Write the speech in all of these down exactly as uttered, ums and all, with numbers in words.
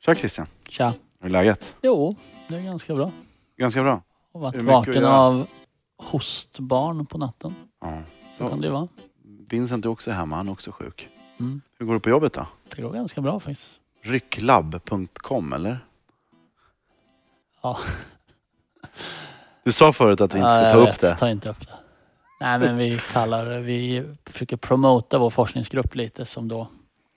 Tja Christian. Tja. Hur är läget? Jo, det är ganska bra. Ganska bra. Jag har varit vaken av hostbarn på natten. Ja. Så ja. Kan det vara. Vincent är också hemma, han är också sjuk. Mm. Hur går det på jobbet då? Det går ganska bra faktiskt. Rycklab punkt com eller? Ja. Du sa förut att vi inte ska ja, ta upp vet, det. Ta inte upp det. Nej, men vi kallar det, vi försöker promota vår forskningsgrupp lite som då,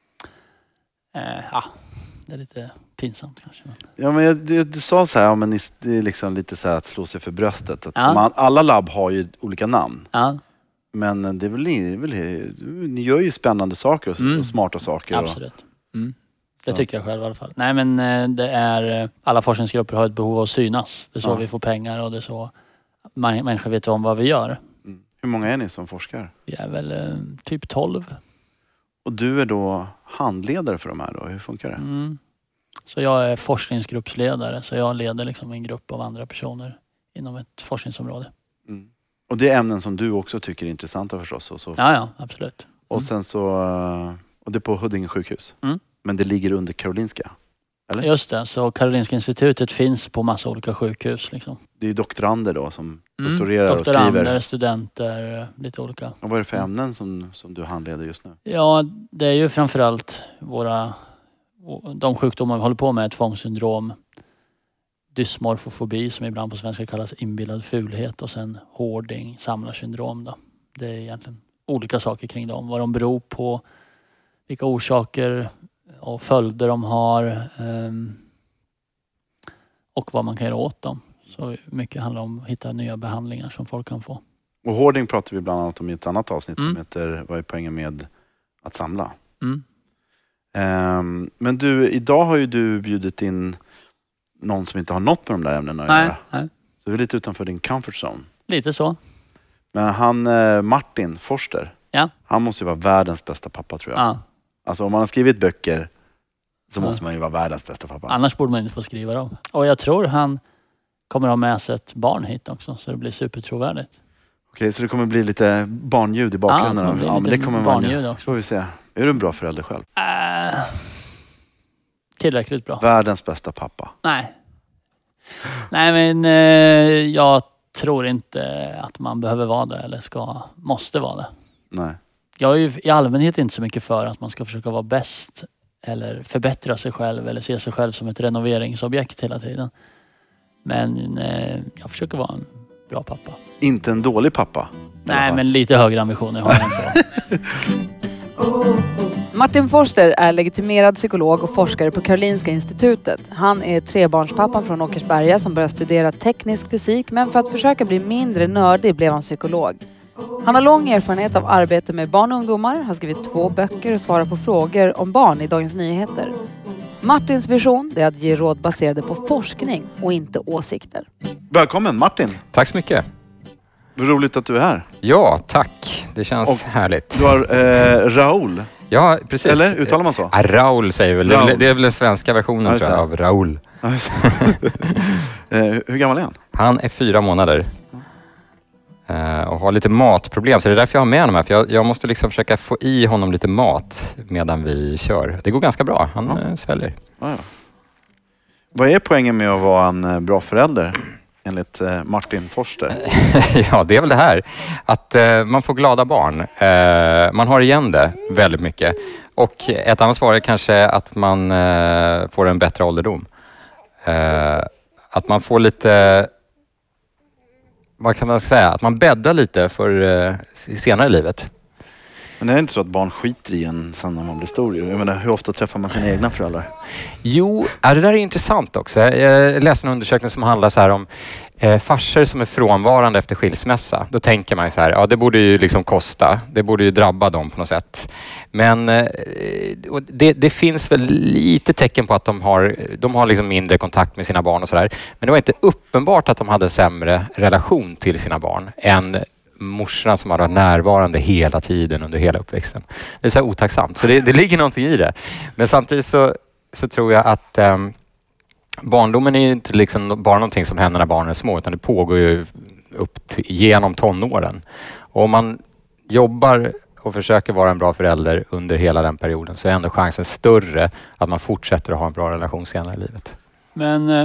eh, ja, det är lite pinsamt kanske. Ja, men jag, du, du sa så här, ja, men det är liksom lite så här att slå sig för bröstet. Att ja. man, alla labb har ju olika namn. Ja. Men det är väl, det är väl, ni gör ju spännande saker och, mm. och smarta saker. Absolut. Mm. Det tycker jag själv i alla fall. Nej, men det är, alla forskningsgrupper har ett behov av att synas. Det är så ja. vi får pengar och det är så människor vet om vad vi gör. Mm. Hur många är ni som forskar? Vi är väl eh, typ tolv. Och du är då handledare för de här då? Hur funkar det? Mm. Så jag är forskningsgruppsledare. Så jag leder liksom en grupp av andra personer inom ett forskningsområde. Mm. Och det är ämnen som du också tycker är intressanta förstås? Och så... Ja, ja, absolut. Mm. Och sen så... Och det är på Huddinge sjukhus? Mm. Men det ligger under Karolinska? Eller? Just det, så Karolinska institutet finns på massa olika sjukhus. Liksom. Det är ju doktorander då som mm. doktorerar och doktorander, skriver. Studenter, lite olika. Och vad är det för ämnen som, som du handleder just nu? Ja, det är ju framförallt våra... De sjukdomar vi håller på med är tvångssyndrom, dysmorfofobi som ibland på svenska kallas inbillad fulhet och sen hoarding, samlarsyndrom då. Det är egentligen olika saker kring dem. Vad de beror på, vilka orsaker och följder de har um, och vad man kan göra åt dem. Så mycket handlar om att hitta nya behandlingar som folk kan få. Och hoarding pratar vi bland annat om i ett annat avsnitt mm. som heter vad är poängen med att samla? Mm. Um, men du, idag har ju du bjudit in någon som inte har nått med de där ämnena att nej, göra. Nej. Så vi är lite utanför din comfort zone. Lite så. Men han, eh, Martin Forster, ja. han måste ju vara världens bästa pappa tror jag. Ja. Alltså om man har skrivit böcker så ja. måste man ju vara världens bästa pappa. Annars borde man inte få skriva dem. Och jag tror han kommer ha med sig ett barn hit också så det blir supertrovärdigt. Okej, så det kommer bli lite barnljud i bakgrunden? Ja, det ja men det kommer barnljud man också. Får vi se. Är du en bra förälder själv? Äh, tillräckligt bra. Världens bästa pappa? Nej. Nej men eh, jag tror inte att man behöver vara det eller ska, måste vara det. Nej. Jag är ju i allmänhet inte så mycket för att man ska försöka vara bäst eller förbättra sig själv eller se sig själv som ett renoveringsobjekt hela tiden. Men eh, jag försöker vara en bra pappa. Inte en dålig pappa? Nej, men lite högre ambitioner har jag än så. Martin Forster är legitimerad psykolog och forskare på Karolinska institutet. Han är trebarnspappan från Åkersberga som började studera teknisk fysik, men för att försöka bli mindre nördig blev han psykolog. Han har lång erfarenhet av arbete med barn och ungdomar, har skrivit två böcker och svarar på frågor om barn i Dagens Nyheter. Martins vision är att ge råd baserade på forskning och inte åsikter. Välkommen Martin! Tack så mycket! Roligt att du är här. Ja, tack. Det känns och härligt. Du har eh, Raoul. Ja, precis. Eller uttalar man så? Ja, Raoul säger väl. Raoul. Det är väl den svenska versionen ja, tror jag, av Raoul. eh, hur gammal är han? Han är fyra månader. Eh, och har lite matproblem. Så det är därför jag har med honom här. För jag, jag måste liksom försöka få i honom lite mat medan vi kör. Det går ganska bra. Han ja. sväljer. Ja, ja. Vad är poängen med att vara en bra förälder? Enligt eh, Martin Forster. Ja, det är väl det här. Att eh, man får glada barn. Eh, man har igen det väldigt mycket. Och ett annat svar är kanske att man eh, får en bättre ålderdom. Eh, att man får lite... Vad kan man säga? Att man bäddar lite för eh, senare i livet. Men är det inte så att barn skiter i en sen när man blir stor? Jag menar, hur ofta träffar man sina egna föräldrar? Jo, det där är intressant också. Jag läste en undersökning som handlar så här om eh, farsor som är frånvarande efter skilsmässa. Då tänker man ju så här, ja det borde ju liksom kosta. Det borde ju drabba dem på något sätt. Men eh, det, det finns väl lite tecken på att de har, de har liksom mindre kontakt med sina barn och sådär. Men det var inte uppenbart att de hade sämre relation till sina barn än morsorna som har varit närvarande hela tiden under hela uppväxten. Det är så otacksamt. Så det, det ligger någonting i det. Men samtidigt så, så tror jag att um, barndomen är inte liksom bara någonting som händer när barnen är små, utan det pågår ju upp till, genom tonåren. Och om man jobbar och försöker vara en bra förälder under hela den perioden, så är ändå chansen större att man fortsätter att ha en bra relation senare i livet. Men äh,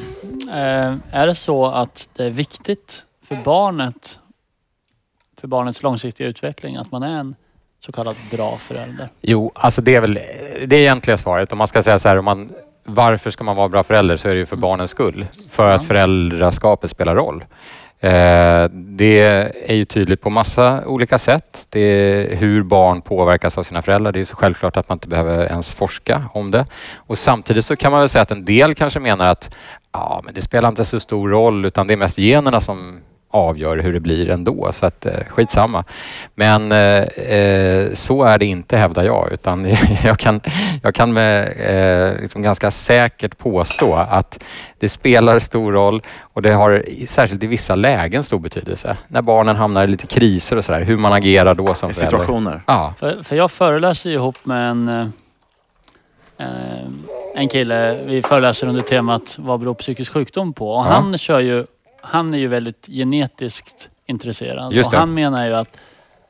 är det så att det är viktigt för barnet, för barnets långsiktiga utveckling, att man är en så kallad bra förälder? Jo, alltså det är väl det är egentligen svaret. Om man ska säga så här, om man, varför ska man vara bra förälder, så är det ju för barnens skull. För att föräldraskapet spelar roll. Eh, det är ju tydligt på massa olika sätt. Det är hur barn påverkas av sina föräldrar. Det är så självklart att man inte behöver ens forska om det. Och samtidigt så kan man väl säga att en del kanske menar att ja, men det spelar inte så stor roll, utan det är mest generna som avgör hur det blir ändå, så att eh, skitsamma. Men eh, så är det inte, hävdar jag, utan jag kan, jag kan med eh, liksom ganska säkert påstå att det spelar stor roll, och det har särskilt i vissa lägen stor betydelse. När barnen hamnar i lite kriser och sådär, hur man agerar då som förälder. Situationer. Ja. För, för jag föreläser ihop med en eh, en kille, vi föreläser under temat vad beror psykisk sjukdom på, och ja. han kör ju Han är ju väldigt genetiskt intresserad. Just det. Och han menar ju att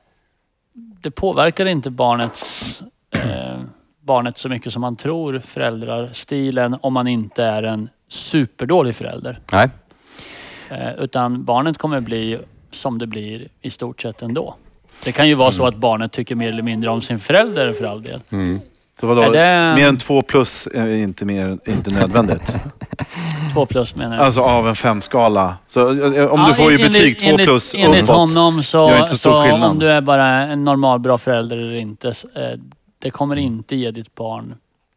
det påverkar inte barnets, eh, barnet så mycket som man tror, föräldrastilen, om man inte är en superdålig förälder. Nej. Eh, utan barnet kommer bli som det blir i stort sett ändå. Det kan ju vara mm. så att barnet tycker mer eller mindre om sin förälder för all del. Mm. Så vadå, det... mer än två plus är inte, mer, inte nödvändigt? Två plus menar jag. Alltså av en femskala. Så om ja, du får ju enligt, betyg två enligt, plus enligt uppåt, honom så, inte så, så om du är bara en normal bra förälder eller inte, det kommer inte ge ditt barn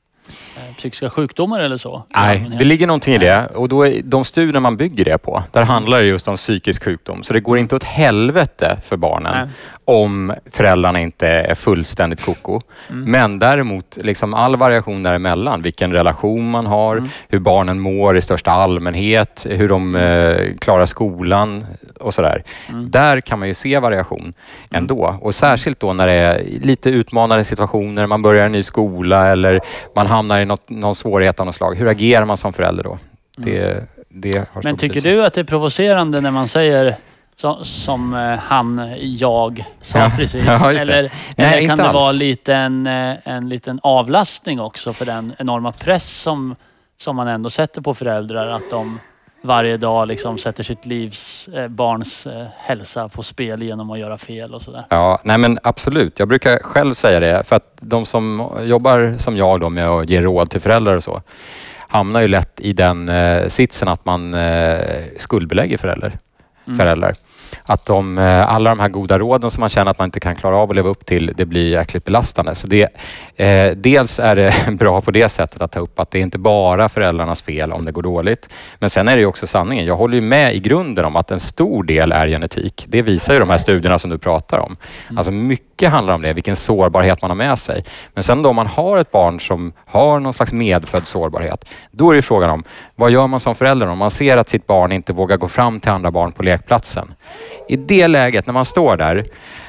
psykiska sjukdomar eller så. Nej, det ligger någonting i det. Och då är de studier man bygger det på, där handlar det just om psykisk sjukdom. Så det går inte åt helvete för barnen Nej. om föräldrarna inte är fullständigt koko. Mm. Men däremot liksom all variation däremellan, vilken relation man har, mm. hur barnen mår i största allmänhet, hur de eh, klarar skolan och sådär. Mm. Där kan man ju se variation ändå. Och särskilt då när det är lite utmanande situationer, man börjar en ny skola eller man hamnar i något, någon svårighet av något slag. Hur agerar man som förälder då? Det, det har Men tycker du att det är provocerande när man säger så, som han, jag sa ja. precis? Ja, eller Nej, eller kan det alls. vara lite en, en liten avlastning också för den enorma press som, som man ändå sätter på föräldrar, att de varje dag liksom sätter sitt livs eh, barns eh, hälsa på spel genom att göra fel och sådär? Ja, nej men absolut. Jag brukar själv säga det, för att de som jobbar som jag då med att ge råd till föräldrar och så hamnar ju lätt i den eh, sitsen att man eh, skuldbelägger föräldrar. Mm. föräldrar. Att de, alla de här goda råden som man känner att man inte kan klara av att leva upp till, det blir jäkligt belastande. Så det, eh, dels är det bra på det sättet att ta upp att det är inte bara föräldrarnas fel om det går dåligt. Men sen är det ju också sanningen. Jag håller ju med i grunden om att en stor del är genetik. Det visar ju de här studierna som du pratar om. Mm. Alltså mycket handlar om det, vilken sårbarhet man har med sig. Men sen då om man har ett barn som har någon slags medfödd sårbarhet, då är det frågan om, vad gör man som förälder om man ser att sitt barn inte vågar gå fram till andra barn på lekplatsen? I det läget, när man står där,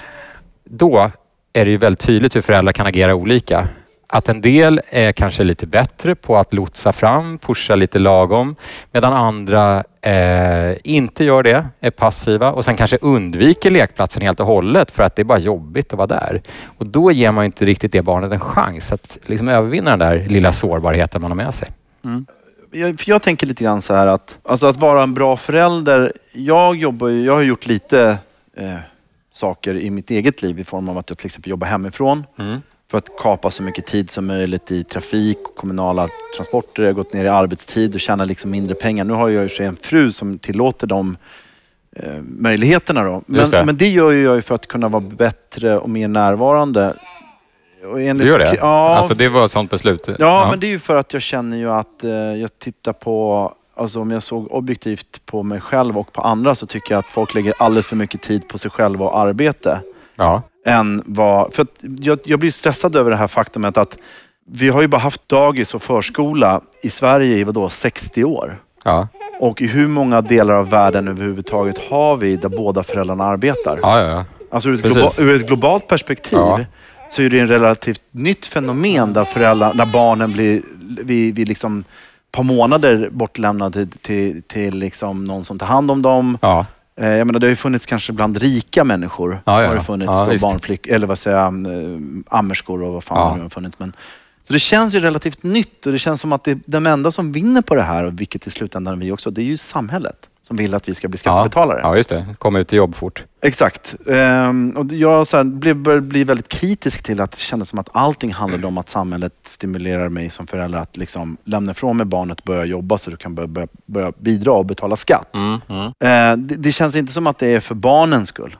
då är det ju väldigt tydligt hur föräldrar kan agera olika. Att en del är kanske lite bättre på att lotsa fram, pusha lite lagom, medan andra eh, inte gör det, är passiva och sen kanske undviker lekplatsen helt och hållet för att det är bara jobbigt att vara där. Och då ger man inte riktigt det barnet en chans att liksom övervinna den där lilla sårbarheten man har med sig. Mm. Jag, jag tänker lite grann så här att, alltså att vara en bra förälder, jag jobbar ju, jag har gjort lite eh, saker i mitt eget liv i form av att jag till exempel jobbar hemifrån mm. för att kapa så mycket tid som möjligt i trafik och kommunala transporter. Jag har gått ner i arbetstid och tjänar liksom mindre pengar. Nu har jag ju en fru som tillåter de eh, möjligheterna då. Men det. men det gör ju jag för att kunna vara bättre och mer närvarande. Och enligt, du gör det? Ja, alltså det var ett sånt beslut? Ja, ja, men det är ju för att jag känner ju att eh, jag tittar på, alltså om jag såg objektivt på mig själv och på andra, så tycker jag att folk lägger alldeles för mycket tid på sig själva och arbete. Ja. Än vad, för att jag, jag blir stressad över det här faktumet att vi har ju bara haft dagis och förskola i Sverige i vadå, sextio år. Ja. Och i hur många delar av världen överhuvudtaget har vi där båda föräldrarna arbetar? Ja, ja, ja. Alltså ur ett, globa, ur ett globalt perspektiv ja. så är det en relativt nytt fenomen där föräldrar, där barnen blir vi, vi liksom ett par månader bortlämnade till, till, till liksom någon som tar hand om dem. Ja. Eh, jag menar, det har ju funnits kanske bland rika människor. Ja, ja. Har det funnits Ja, då barnflick, eller vad säger jag, eh, ammerskor och vad fan Ja. det nu har funnits. Men, så det känns ju relativt nytt och det känns som att det, de enda som vinner på det här, och vilket i slutändan vi också, det är ju samhället som vill att vi ska bli skattebetalare. Ja, ja just det. Komma ut i jobb fort. Exakt. Um, och jag så här, blev, började bli väldigt kritisk till att det kändes som att allting handlade om att samhället stimulerar mig som förälder att liksom lämna ifrån mig barnet och börja jobba så du kan börja, börja, börja bidra och betala skatt. Mm, mm. Uh, det, det känns inte som att det är för barnens skull.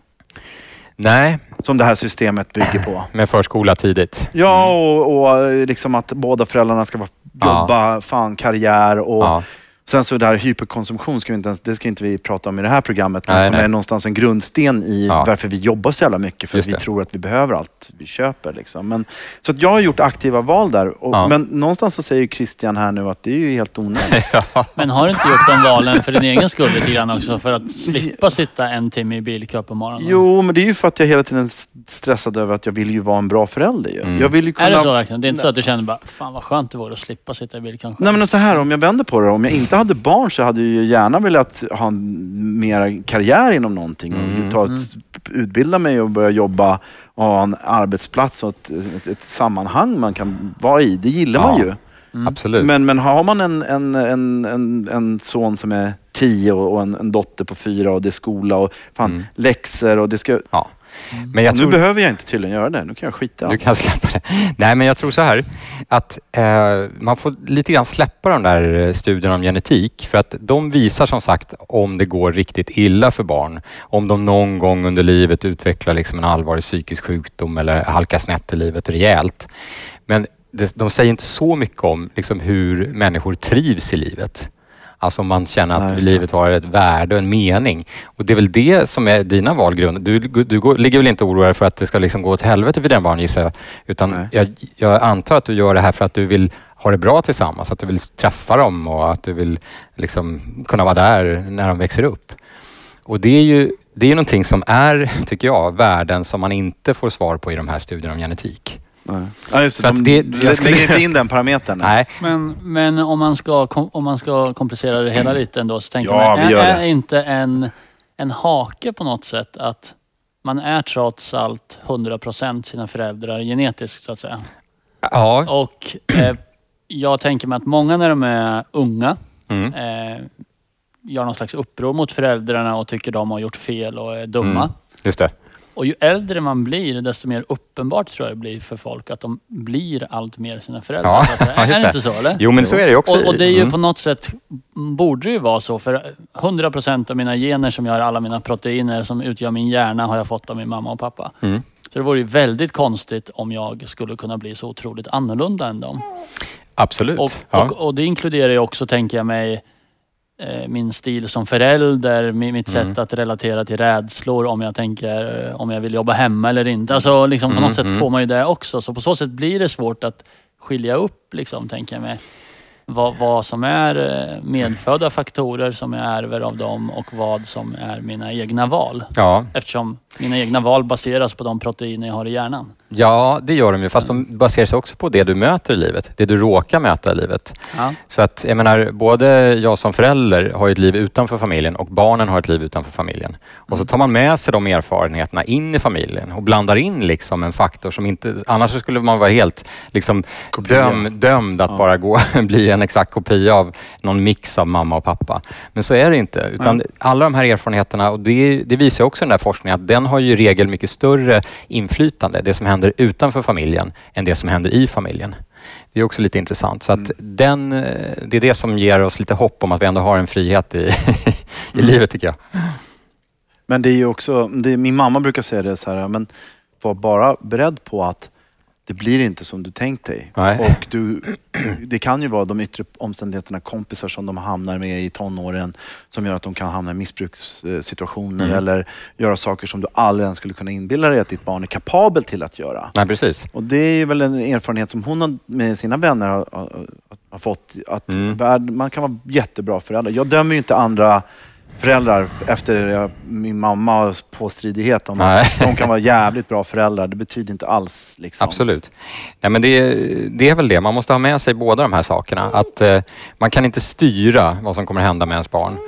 Nej. Som det här systemet bygger på. Med förskola tidigt. Ja, och, och liksom att båda föräldrarna ska jobba, ja. fan, karriär och Ja. sen så där hyperkonsumtion ska vi inte ens, det ska inte vi prata om i det här programmet, men Nej, som nej. är någonstans en grundsten i Ja. varför vi jobbar så jävla mycket, för Just att vi det. tror att vi behöver allt vi köper. Liksom. Men, så att jag har gjort aktiva val där, och, Ja. men någonstans så säger Christian här nu att det är ju helt onödigt. Ja. Men har du inte gjort de valen för din egen skull lite grann också? För att slippa sitta en timme i bilkö på morgonen? Jo, men det är ju för att jag hela tiden är stressad över att jag vill ju vara en bra förälder. Ju. Mm. Jag vill ju kunna... Är det så verkligen? Det är inte så att du känner bara, fan vad skönt det vore att slippa sitta i bilkön? Nej, men så här, om jag vänder på det, om jag inte hade barn så hade jag ju gärna velat ha en mer karriär inom någonting. Mm. Och ta ett, utbilda mig och börja jobba och ha en arbetsplats och ett, ett, ett sammanhang man kan vara i. Det gillar Ja. man ju. Mm. Absolut. Men, men har man en, en, en, en, en son som är tio och en, en dotter på fyra och det är skola och fan, Mm. läxor och det ska... Ja. Men jag Nu tror... behöver jag inte tydligen göra det. Nu kan jag skita. Du kan släppa det. Nej, men jag tror så här att eh, man får lite grann släppa de där studierna om genetik, för att de visar som sagt om det går riktigt illa för barn, om de någon gång under livet utvecklar liksom en allvarlig psykisk sjukdom eller halkar snett i livet rejält. Men det, de säger inte så mycket om liksom hur människor trivs i livet. Alltså om man känner att Nej, just det. livet har ett värde och en mening. Och det är väl det som är dina valgrunder. Du, du går, ligger väl inte oroad för att det ska liksom gå åt helvete för den barn, gissar jag. Utan jag, jag antar att du gör det här för att du vill ha det bra tillsammans. Att du vill träffa dem och att du vill liksom kunna vara där när de växer upp. Och det är ju det är någonting som är, tycker jag, värden som man inte får svar på i de här studierna om genetik. Nej. Ja, just det. Så att De, det- det jag skulle- lägger inte in den parametern. Nej, Men, men om, man ska, kom- om man ska komplicera det hela lite ändå, så tänker Ja, man, vi är, gör det. är inte en, en hake på något sätt att man är trots allt hundra procent sina föräldrar genetiskt så att säga? ja. Och eh, jag tänker mig att många när de är unga Mm. eh, gör någon slags uppror mot föräldrarna och tycker de har gjort fel och är dumma. Mm. Just det. Och ju äldre man blir, desto mer uppenbart tror jag det blir för folk att de blir allt mer sina föräldrar. Ja, så att säga. ja, just Är det det. inte så eller? Jo, men så är det ju också. Och, och det är ju Mm. på något sätt, borde det ju vara så, för hundra procent av mina gener som gör alla mina proteiner som utgör min hjärna har jag fått av min mamma och pappa. Mm. Så det vore ju väldigt konstigt om jag skulle kunna bli så otroligt annorlunda än dem. Absolut. Och, ja. och, och det inkluderar ju också, tänker jag mig, eh, min stil som förälder, mi- mitt sätt Mm. att relatera till rädslor, om jag tänker eh, om jag vill jobba hemma eller inte. Alltså liksom på Mm, något sätt mm. får man ju det också. Så på så sätt blir det svårt att skilja upp, liksom, tänker jag mig. Vad, vad som är eh, medfödda faktorer som jag ärver av dem och vad som är mina egna val. ja. Eftersom mina egna val baseras på de proteiner jag har i hjärnan. Ja, det gör de ju. Fast de baserar sig också på det du möter i livet. Det du råkar möta i livet. Ja. Så att, jag menar, både jag som förälder har ett liv utanför familjen och barnen har ett liv utanför familjen. Och så tar man med sig de erfarenheterna in i familjen och blandar in liksom en faktor som inte... Annars så skulle man vara helt liksom Kopia. döm, dömd att Ja. bara gå bli en exakt kopia av någon mix av mamma och pappa. Men så är det inte. Utan alla de här erfarenheterna, och det, det visar också den där forskningen, att den har ju i regel mycket större inflytande, det som händer utanför familjen, än det som händer i familjen. Det är också lite intressant. Så att den, det är det som ger oss lite hopp om att vi ändå har en frihet i, i livet, tycker jag. Men det är ju också, det, min mamma brukar säga det så här, men var bara beredd på att det blir inte som du tänkt dig. Nej. Och du, det kan ju vara de yttre omständigheterna, kompisar som de hamnar med i tonåren som gör att de kan hamna i missbrukssituationer Mm. eller göra saker som du aldrig ens skulle kunna inbilla dig att ditt barn är kapabel till att göra. Nej, precis. Och det är ju väl en erfarenhet som hon har, med sina vänner har, har, har fått. Att Mm. värld, man kan vara jättebra förälder. Jag dömer ju inte andra föräldrar efter jag, min mammas påstridighet om Nej. att de kan vara jävligt bra föräldrar. Det betyder inte alls liksom. Absolut. Nej, men det, det är väl det. Man måste ha med sig båda de här sakerna. Att eh, man kan inte styra vad som kommer hända med ens barn.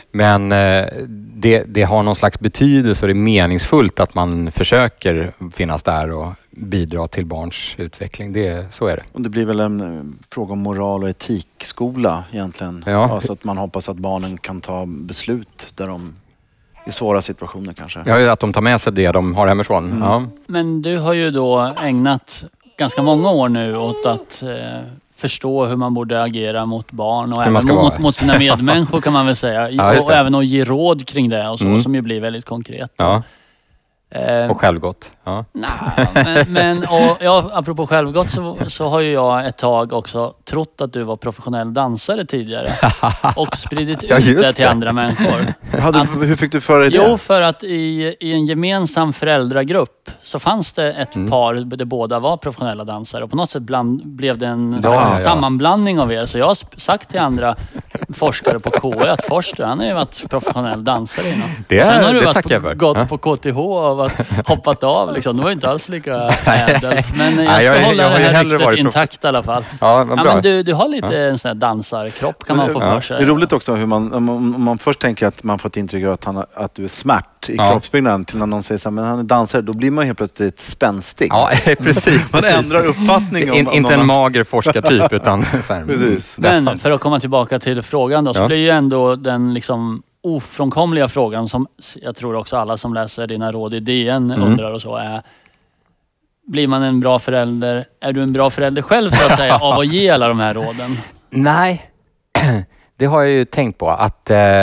Men eh, det, det har någon slags betydelse och det är meningsfullt att man försöker finnas där och bidra till barns utveckling. Det, så är det. Och det blir väl en eh, fråga om moral och etikskola egentligen. Ja. Alltså att man hoppas att barnen kan ta beslut där de i svåra situationer kanske. Ja, att de tar med sig det de har hemifrån. Mm. Ja. Men du har ju då ägnat ganska många år nu åt att eh, förstå hur man borde agera mot barn och Hur man även ska mot, vara. mot sina medmänniskor kan man väl säga. Ja, just och det. även att ge råd kring det och så, Mm. som ju blir väldigt konkret. Ja. Eh, Och självgott. Ja. Nej, men, men och, ja, apropå självgott så, så har ju jag ett tag också trott att du var professionell dansare tidigare och spridit ut Ja, just det till det. andra människor. Hade, hur fick du för dig det? Jo, för att i, i en gemensam föräldragrupp så fanns det ett Mm. par där båda var professionella dansare och på något sätt bland, blev det en Ja, slags ja. sammanblandning av er. Så jag har sp- sagt till andra forskare på K I att Forster, han har ju varit professionell dansare innan. Det- Och sen har du det varit tackar jag på, för. gått Ja. på K T H och varit, hoppat av. Liksom. Det var ju inte alls lika ädelt. Men jag Nej, ska jag- hålla jag har det ju här hellre ryktet varit prof- intakt i alla fall. Ja, vad Ja, bra. men du, du har lite en sån här dansarkropp kan man få Ja. för sig. Det är roligt också hur man, om man, om man först tänker att man får ett intryck av att, han, att du är smärt i Ja. kroppsbyggnaden till när någon säger så här, men han är dansare, då blir man helt plötsligt spänstig. Ja, precis. Man precis. ändrar uppfattning om, In, om inte någon en har- mager forskartyp utan så här, Precis. Men för att komma tillbaka till frågan då, så Ja. blir ju ändå den liksom ofrånkomliga frågan som jag tror också alla som läser dina råd i D N Mm. undrar och så är: blir man en bra förälder? Är du en bra förälder själv så att säga av att ge alla de här råden? Nej, det har jag ju tänkt på att eh,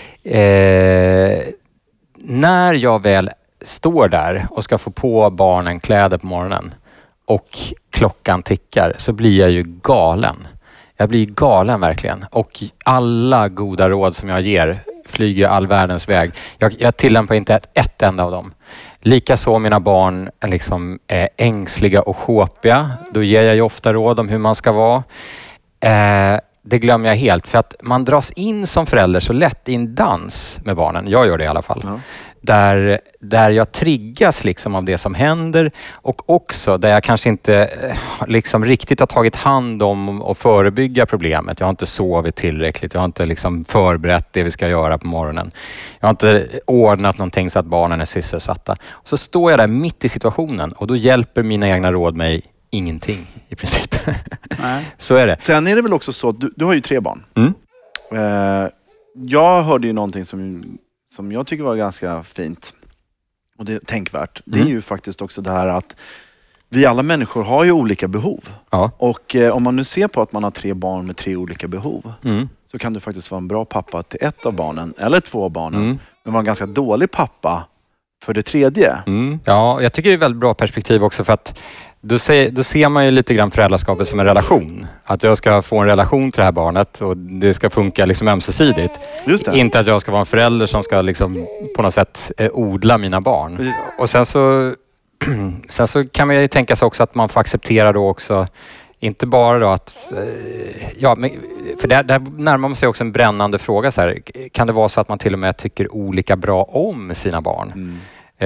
eh, när jag väl står där och ska få på barnen kläder på morgonen och klockan tickar så blir jag ju galen. Jag blir galen verkligen och alla goda råd som jag ger flyger all världens väg. Jag, jag tillämpar inte ett, ett enda av dem. Likaså mina barn liksom är ängsliga och sjåpiga. Då ger jag ju ofta råd om hur man ska vara. Eh, det glömmer jag helt för att man dras in som förälder så lätt i en dans med barnen. Jag gör det i alla fall. Ja. Där, där jag triggas liksom av det som händer och också där jag kanske inte eh, liksom riktigt har tagit hand om och förebygga problemet. Jag har inte sovit tillräckligt. Jag har inte liksom förberett det vi ska göra på morgonen. Jag har inte ordnat någonting så att barnen är sysselsatta. Och så står jag där mitt i situationen och då hjälper mina egna råd mig ingenting i princip. Nej. Så är det. Sen är det väl också så att du, du har ju tre barn. Mm. Eh, jag hörde ju någonting som, som jag tycker var ganska fint och det är tänkvärt. Det är Mm. ju faktiskt också det här att vi alla människor har ju olika behov. Ja. Och eh, om man nu ser på att man har tre barn med tre olika behov Mm. så kan du faktiskt vara en bra pappa till ett av barnen eller två av barnen. Mm. Men vara en ganska dålig pappa för det tredje. Mm. Ja, jag tycker det är ett väldigt bra perspektiv också för att då, ser, då ser man ju lite grann föräldraskapet som en relation. Att jag ska få en relation till det här barnet och det ska funka liksom ömsesidigt. Just det. Inte att jag ska vara en förälder som ska liksom på något sätt eh, odla mina barn. Precis. Och sen så, sen så kan man ju tänka sig också att man får acceptera då också, inte bara då att, eh, ja, men, för där, där närmar man sig också en brännande fråga så här. Kan det vara så att man till och med tycker olika bra om sina barn? Mm. Eh,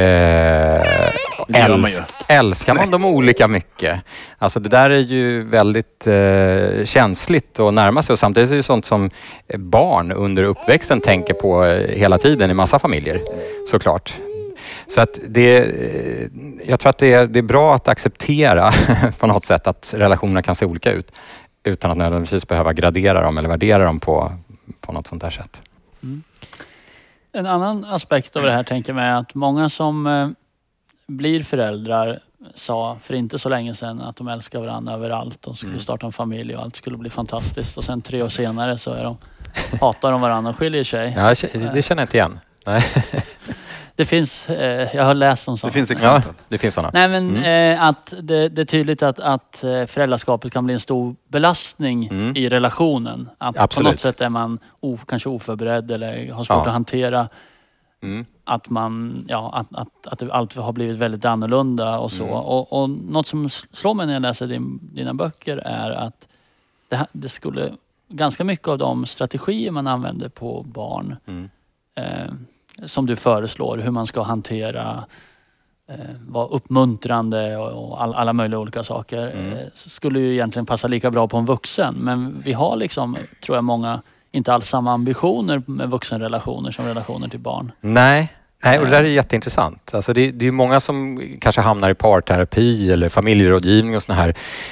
Det gör man ju. älsk, älskar man dem olika mycket? Alltså det där är ju väldigt eh, känsligt att närma sig och samtidigt är det sånt som barn under uppväxten tänker på eh, hela tiden i massa familjer, såklart. Så att det, eh, jag tror att det är, det är bra att acceptera på något sätt att relationerna kan se olika ut utan att nödvändigtvis behöva gradera dem eller värdera dem på, på något sånt där sätt. En annan aspekt av det här tänker jag mig är att många som eh, blir föräldrar sa för inte så länge sedan att de älskar varandra överallt och skulle Mm. starta en familj och allt skulle bli fantastiskt. Och sen tre år senare så är de, hatar de varandra och skiljer sig. Ja, det känner jag inte igen. Nej, Det finns, eh, jag har läst om Det sånt. finns ja, exempel. det finns sådana. Nej men Mm. eh, att det, det är tydligt att, att eh, föräldraskapet kan bli en stor belastning Mm. i relationen. Att på Absolut. något sätt är man o, kanske oförberedd eller har svårt Ja. att hantera Mm. att man, ja, att, att, att det allt har blivit väldigt annorlunda och så. Mm. Och, och något som slår mig när jag läser din, dina böcker är att det, här- det skulle, ganska mycket av de strategier man använder på barn Mm. eh, som du föreslår, hur man ska hantera, eh, vara uppmuntrande och, och all, alla möjliga olika saker, Mm. eh, skulle ju egentligen passa lika bra på en vuxen. Men vi har liksom, tror jag, många, inte alls samma ambitioner med vuxenrelationer som relationer till barn. Nej. Nej, och det där är jätteintressant. Alltså det, det är många som kanske hamnar i parterapi eller familjerådgivning och såna här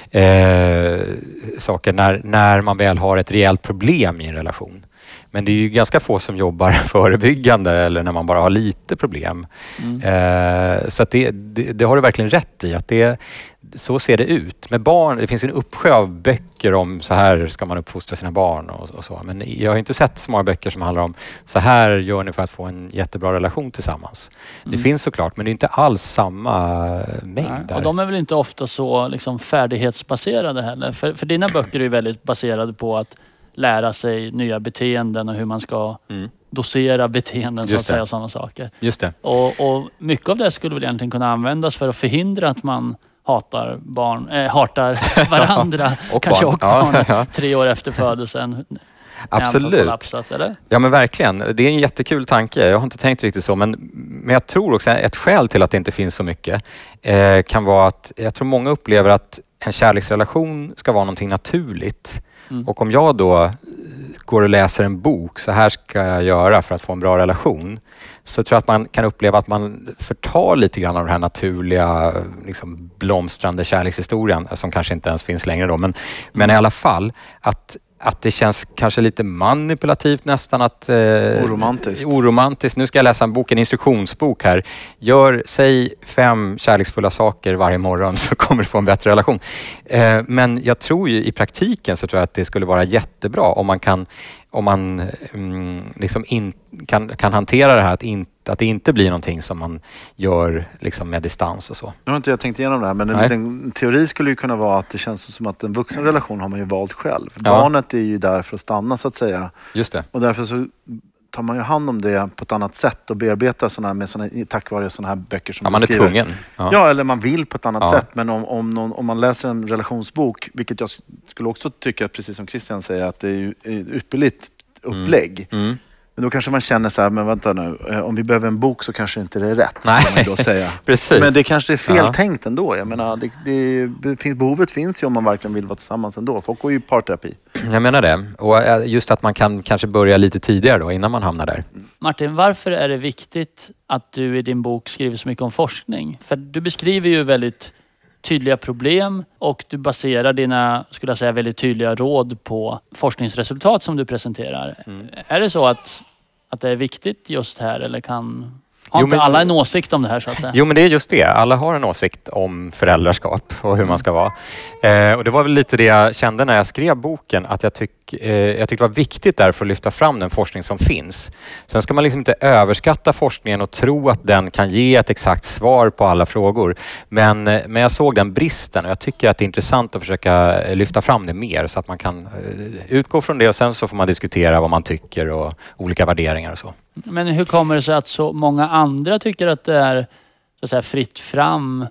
eh, saker när, när man väl har ett rejält problem i en relation. Men det är ju ganska få som jobbar förebyggande eller när man bara har lite problem. Mm. Eh, så att det, det, det har du verkligen rätt i. Att det, så ser det ut. Med barn, det finns en uppsjö av böcker om så här ska man uppfostra sina barn och, och så. Men jag har inte sett så många böcker som handlar om så här gör ni för att få en jättebra relation tillsammans. Mm. Det finns såklart, men det är inte alls samma mängd. Nej. Där. Och de är väl inte ofta så liksom, färdighetsbaserade heller. För, för dina böcker är ju väldigt baserade på att lära sig nya beteenden och hur man ska mm. dosera beteenden så att säga, sådana saker. Just det. Och, och mycket av det skulle väl egentligen kunna användas för att förhindra att man hatar barn, äh, hatar varandra, och kanske barn. och barn, ja, ja. tre år efter födelsen. Absolut. Kollapsat, eller? Ja men verkligen. Det är en jättekul tanke. Jag har inte tänkt riktigt så, men, men jag tror också ett skäl till att det inte finns så mycket eh, kan vara att jag tror många upplever att en kärleksrelation ska vara någonting naturligt. Mm. Och om jag då går och läser en bok, så här ska jag göra för att få en bra relation, så tror jag att man kan uppleva att man förtar lite grann av den här naturliga liksom, blomstrande kärlekshistorien som kanske inte ens finns längre då. Men, mm. men i alla fall att Att det känns kanske lite manipulativt nästan. Att, eh, oromantiskt. oromantiskt. Nu ska jag läsa en bok, en instruktionsbok här. Gör, säg fem kärleksfulla saker varje morgon så kommer du få en bättre relation. Eh, men jag tror ju i praktiken så tror jag att det skulle vara jättebra om man kan, om man mm, liksom in, kan, kan hantera det här att, in, att det inte blir någonting som man gör liksom med distans och så. Nu har inte jag tänkt igenom det här, men en, en teori skulle ju kunna vara att det känns som att en vuxen relation har man ju valt själv. Ja. Barnet är ju där för att stanna så att säga. Just det. Och därför så tar man ju hand om det på ett annat sätt och bearbetar såna här, med såna, tack vare sådana här böcker som ja, man är skriver. tvungen. Ja. ja, eller man vill på ett annat ja. sätt. Men om, om, någon, om man läser en relationsbok, vilket jag skulle också tycka, precis som Christian säger, att det är ju ett ypperligt upplägg. Mm. Mm. Men då kanske man känner så här, men vänta nu, om vi behöver en bok så kanske inte det är rätt, så kan man då säga. Precis. Men det kanske är fel ja. tänkt ändå. Jag menar, det, det finns, behovet finns ju om man verkligen vill vara tillsammans ändå. Folk går ju i parterapi. Jag menar det. Och just att man kan kanske börja lite tidigare då, innan man hamnar där. Martin, varför är det viktigt att du i din bok skriver så mycket om forskning? För du beskriver ju väldigt tydliga problem och du baserar dina, skulle jag säga, väldigt tydliga råd på forskningsresultat som du presenterar. Mm. Är det så att, att det är viktigt just här eller kan... Har jo, inte men, alla en åsikt om det här så att säga? Jo men det är just det. Alla har en åsikt om föräldraskap och hur man ska vara. Eh, och det var väl lite det jag kände när jag skrev boken. Att jag, tyck, eh, jag tyckte det var viktigt därför att lyfta fram den forskning som finns. Sen ska man liksom inte överskatta forskningen och tro att den kan ge ett exakt svar på alla frågor. Men, men jag såg den bristen och jag tycker att det är intressant att försöka lyfta fram det mer. Så att man kan eh, utgå från det och sen så får man diskutera vad man tycker och olika värderingar och så. Men hur kommer det sig att så många andra tycker att det är så att säga, fritt fram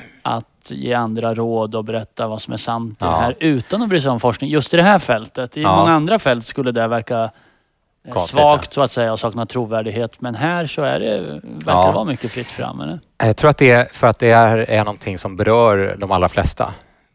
att ge andra råd och berätta vad som är sant i ja. det här utan att bry sig om forskning? Just i det här fältet. I ja. många andra fält skulle det verka Konstigt, svagt ja. så att säga och sakna trovärdighet. Men här så är det, verkar ja. vara mycket fritt fram. Eller? Jag tror att det är för att det är, är någonting som berör de allra flesta.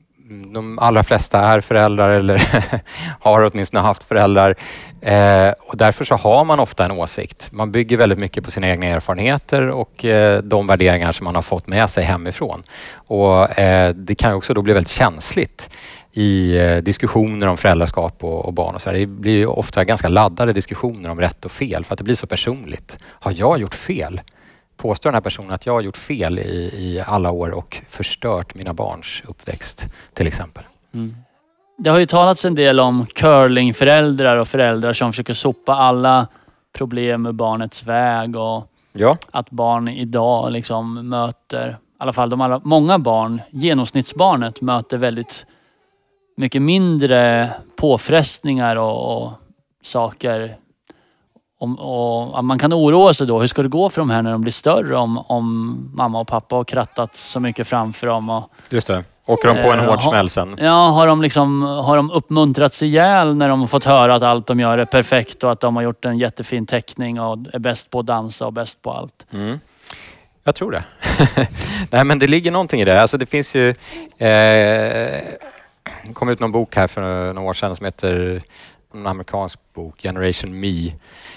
De allra flesta är föräldrar eller har åtminstone haft föräldrar. Eh, och därför så har man ofta en åsikt. Man bygger väldigt mycket på sina egna erfarenheter och eh, de värderingar som man har fått med sig hemifrån. Och eh, det kan ju också då bli väldigt känsligt i eh, diskussioner om föräldraskap och, och barn och så här. Det blir ju ofta ganska laddade diskussioner om rätt och fel för att det blir så personligt. Har jag gjort fel? Påstår den här personen att jag har gjort fel i, i alla år och förstört mina barns uppväxt till exempel. Mm. Det har ju talats en del om curlingföräldrar och föräldrar som försöker sopa alla problem med barnets väg och ja. att barn idag liksom möter, i alla fall de alla, många barn, genomsnittsbarnet möter väldigt mycket mindre påfrestningar och, och saker. Om, och man kan oroa sig då. Hur ska det gå för de här när de blir större om, om mamma och pappa har krattat så mycket framför dem? Och, just det. Åker de på en eh, hård smäll sen? Ja, har de, liksom, har de uppmuntrats ihjäl när de har fått höra att allt de gör är perfekt och att de har gjort en jättefin teckning och är bäst på att dansa och bäst på allt? Mm. Jag tror det. Nej, men det ligger någonting i det. Alltså det finns ju... Eh, det kom ut någon bok här för några år sedan som heter... en amerikansk bok, Generation Me.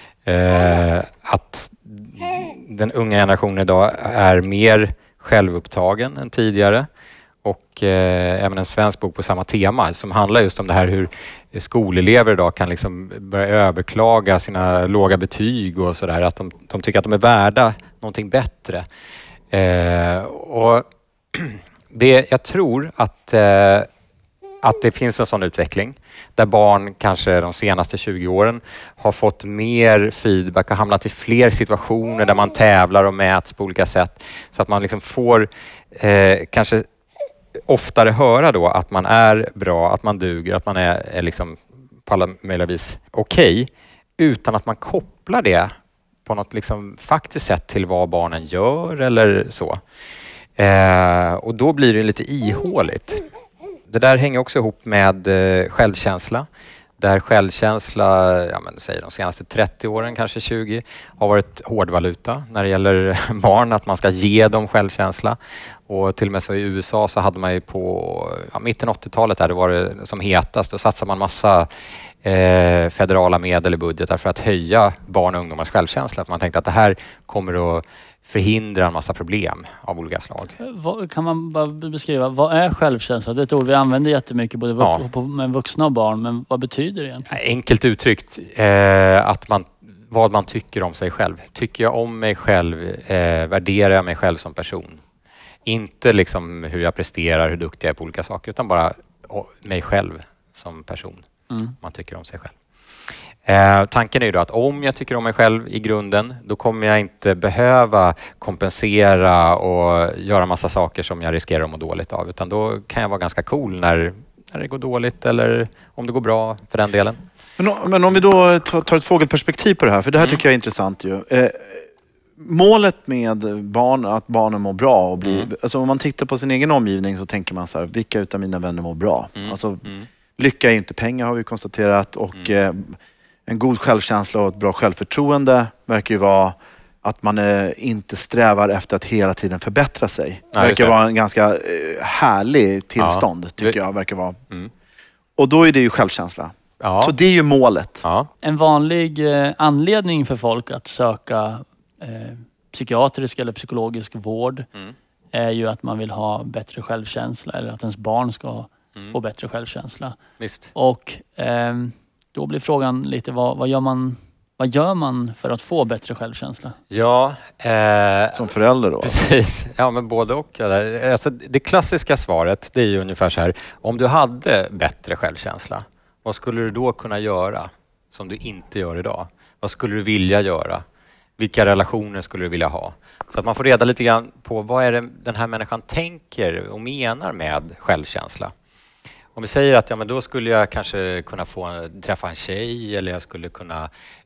Eh, att den unga generationen idag är mer självupptagen än tidigare. Och eh, även en svensk bok på samma tema som handlar just om det här hur skolelever idag kan liksom börja överklaga sina låga betyg och sådär. Att de, de tycker att de är värda någonting bättre. Eh, och det, jag tror att, eh, att det finns en sån utveckling där barn kanske de senaste tjugo åren har fått mer feedback och hamnat i fler situationer där man tävlar och mäts på olika sätt. Så att man liksom får eh, kanske oftare höra då att man är bra, att man duger, att man är, är liksom på alla möjliga vis okej, okay, utan att man kopplar det på något liksom faktiskt sätt till vad barnen gör eller så. Eh, och då blir det lite ihåligt. Det där hänger också ihop med eh, självkänsla. Där självkänsla, ja men säger de senaste trettio åren, kanske tjugo, har varit hårdvaluta när det gäller barn, att man ska ge dem självkänsla. Och till och med så i U S A så hade man ju på ja, mitten åttiotalet där det var det som hetast, då satsade man massa eh, federala medel i budgetar för att höja barn och ungdomars självkänsla. För man tänkte att det här kommer att förhindra en massa problem av olika slag. Vad, kan man bara beskriva, vad är självkänsla? Det är ett ord vi använder jättemycket både ja. på, med vuxna och barn, men vad betyder det egentligen? Enkelt uttryckt, eh, att man, vad man tycker om sig själv. Tycker jag om mig själv, eh, värderar jag mig själv som person. Inte liksom hur jag presterar, hur duktig jag är på olika saker, utan bara mig själv som person. Mm. Man tycker om sig själv. Eh, tanken är ju då att om jag tycker om mig själv i grunden, då kommer jag inte behöva kompensera och göra massa saker som jag riskerar att må dåligt av. Utan då kan jag vara ganska cool när, när det går dåligt eller om det går bra för den delen. Men, men om vi då tar ett fågelperspektiv på det här, för det här mm. tycker jag är intressant ju. Eh, målet med barn, att barnen mår bra och blir, mm. alltså om man tittar på sin egen omgivning så tänker man så här, vilka utav mina vänner mår bra? Mm. Alltså, mm. lycka är inte pengar har vi konstaterat och mm. eh, en god självkänsla och ett bra självförtroende verkar ju vara att man eh, inte strävar efter att hela tiden förbättra sig. Det verkar vara en ganska eh, härlig tillstånd, ja. tycker jag. Verkar vara. Mm. Och då är det ju självkänsla. Ja. Så det är ju målet. Ja. En vanlig eh, anledning för folk att söka eh, psykiatrisk eller psykologisk vård mm. är ju att man vill ha bättre självkänsla eller att ens barn ska mm. få bättre självkänsla. Visst. Och eh, då blir frågan lite, vad, vad, gör man, vad gör man för att få bättre självkänsla? Ja, eh, som förälder då? Precis, ja men både och. Alltså, det klassiska svaret, det är ju ungefär så här, om du hade bättre självkänsla, vad skulle du då kunna göra som du inte gör idag? Vad skulle du vilja göra? Vilka relationer skulle du vilja ha? Så att man får reda lite grann på vad är det den här människan tänker och menar med självkänsla. Om vi säger att ja, men då skulle jag kanske kunna få träffa en tjej eller jag skulle kunna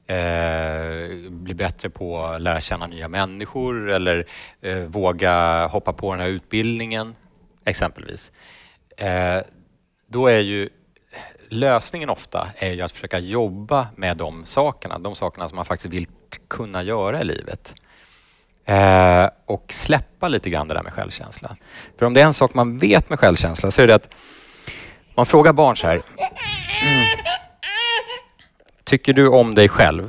eh, bli bättre på att lära känna nya människor eller eh, våga hoppa på den här utbildningen exempelvis. Eh, då är ju lösningen ofta är ju att försöka jobba med de sakerna, de sakerna som man faktiskt vill kunna göra i livet. Eh, och släppa lite grann det där med självkänsla. För om det är en sak man vet med självkänsla så är det att man frågar barn så här. Mm. Tycker du om dig själv?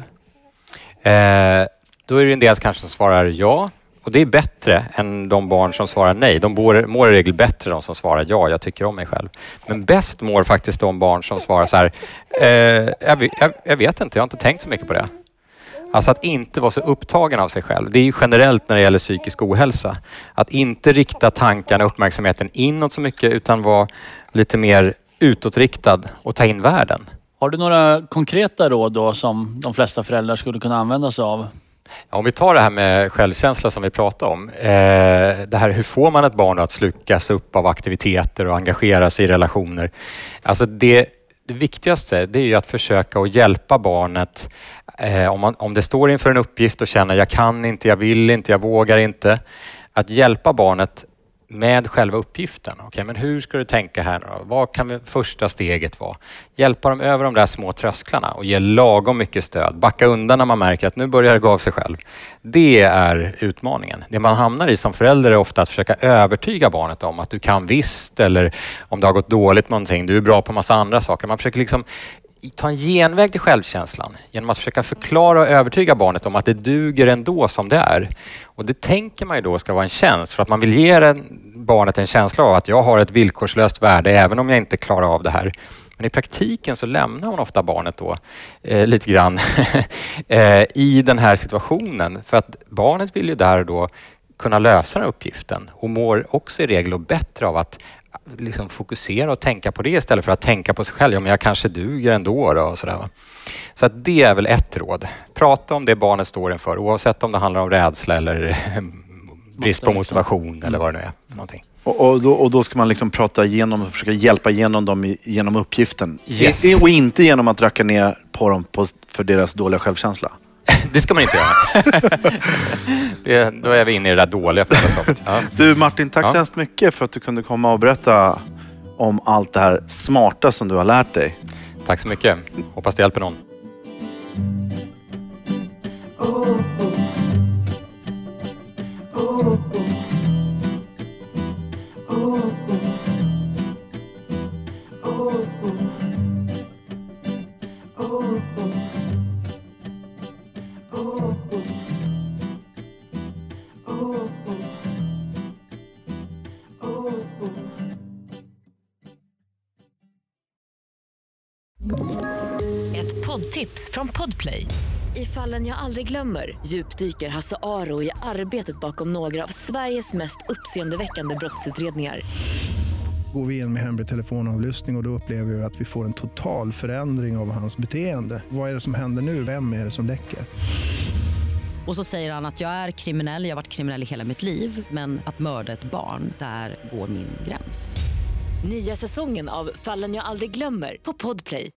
Eh, då är det en del kanske som svarar ja. Och det är bättre än de barn som svarar nej. De mår, mår i regel bättre de som svarar ja, jag tycker om mig själv. Men bäst mår faktiskt de barn som svarar så här. Eh, jag, jag, jag vet inte, jag har inte tänkt så mycket på det. Alltså att inte vara så upptagen av sig själv. Det är ju generellt när det gäller psykisk ohälsa. Att inte rikta tankarna och uppmärksamheten inåt så mycket utan vara lite mer utåtriktad och ta in världen. Har du några konkreta råd då som de flesta föräldrar skulle kunna använda sig av? Ja, om vi tar det här med självkänsla som vi pratade om. Eh, det här hur får man ett barn att slukas upp av aktiviteter och engagera sig i relationer. Alltså det, det viktigaste det är ju att försöka att hjälpa barnet eh, om, man, om det står inför en uppgift och känner jag kan inte, jag vill inte, jag vågar inte. Att hjälpa barnet med själva uppgiften. Okej, men hur ska du tänka här nu då? Vad kan vi, första steget vara? Hjälpa dem över de där små trösklarna och ge lagom mycket stöd. Backa undan när man märker att nu börjar det gå av sig själv. Det är utmaningen. Det man hamnar i som förälder är ofta att försöka övertyga barnet om att du kan visst eller om det har gått dåligt med någonting. Du är bra på massa andra saker. Man försöker liksom ta en genväg till självkänslan genom att försöka förklara och övertyga barnet om att det duger ändå som det är. Och det tänker man ju då ska vara en tjänst för att man vill ge den, barnet en känsla av att jag har ett villkorslöst värde även om jag inte klarar av det här. Men i praktiken så lämnar man ofta barnet då eh, lite grann eh, i den här situationen för att barnet vill ju där då kunna lösa den här uppgiften och mår också i regel och bättre av att liksom fokusera och tänka på det istället för att tänka på sig själv. Ja, men jag kanske duger ändå då och sådär. Va? Så att det är väl ett råd. Prata om det barnet står inför oavsett om det handlar om rädsla eller brist på motivation eller vad det nu är. Någonting. Och, och, då, och då ska man liksom prata igenom och försöka hjälpa igenom dem i, genom uppgiften. Yes. Och inte genom att racka ner på dem på, för deras dåliga självkänsla. Det ska man inte göra. det, då är vi inne i det där dåliga förstås. Ja. Du Martin, tack ja. så hemskt mycket för att du kunde komma och berätta om allt det här smarta som du har lärt dig. Tack så mycket. Hoppas det hjälper någon. Ett poddtips från Podplay. I Fallen jag aldrig glömmer djupdyker Hasse Aro i arbetet bakom några av Sveriges mest uppseendeväckande brottsutredningar. Går vi in med hemlig telefonavlyssning och, och då upplever vi att vi får en total förändring av hans beteende. Vad är det som händer nu? Vem är det som läcker? Och så säger han att jag är kriminell, jag har varit kriminell i hela mitt liv. Men att mörda ett barn, där går min gräns. Nya säsongen av Fallen jag aldrig glömmer på Podplay.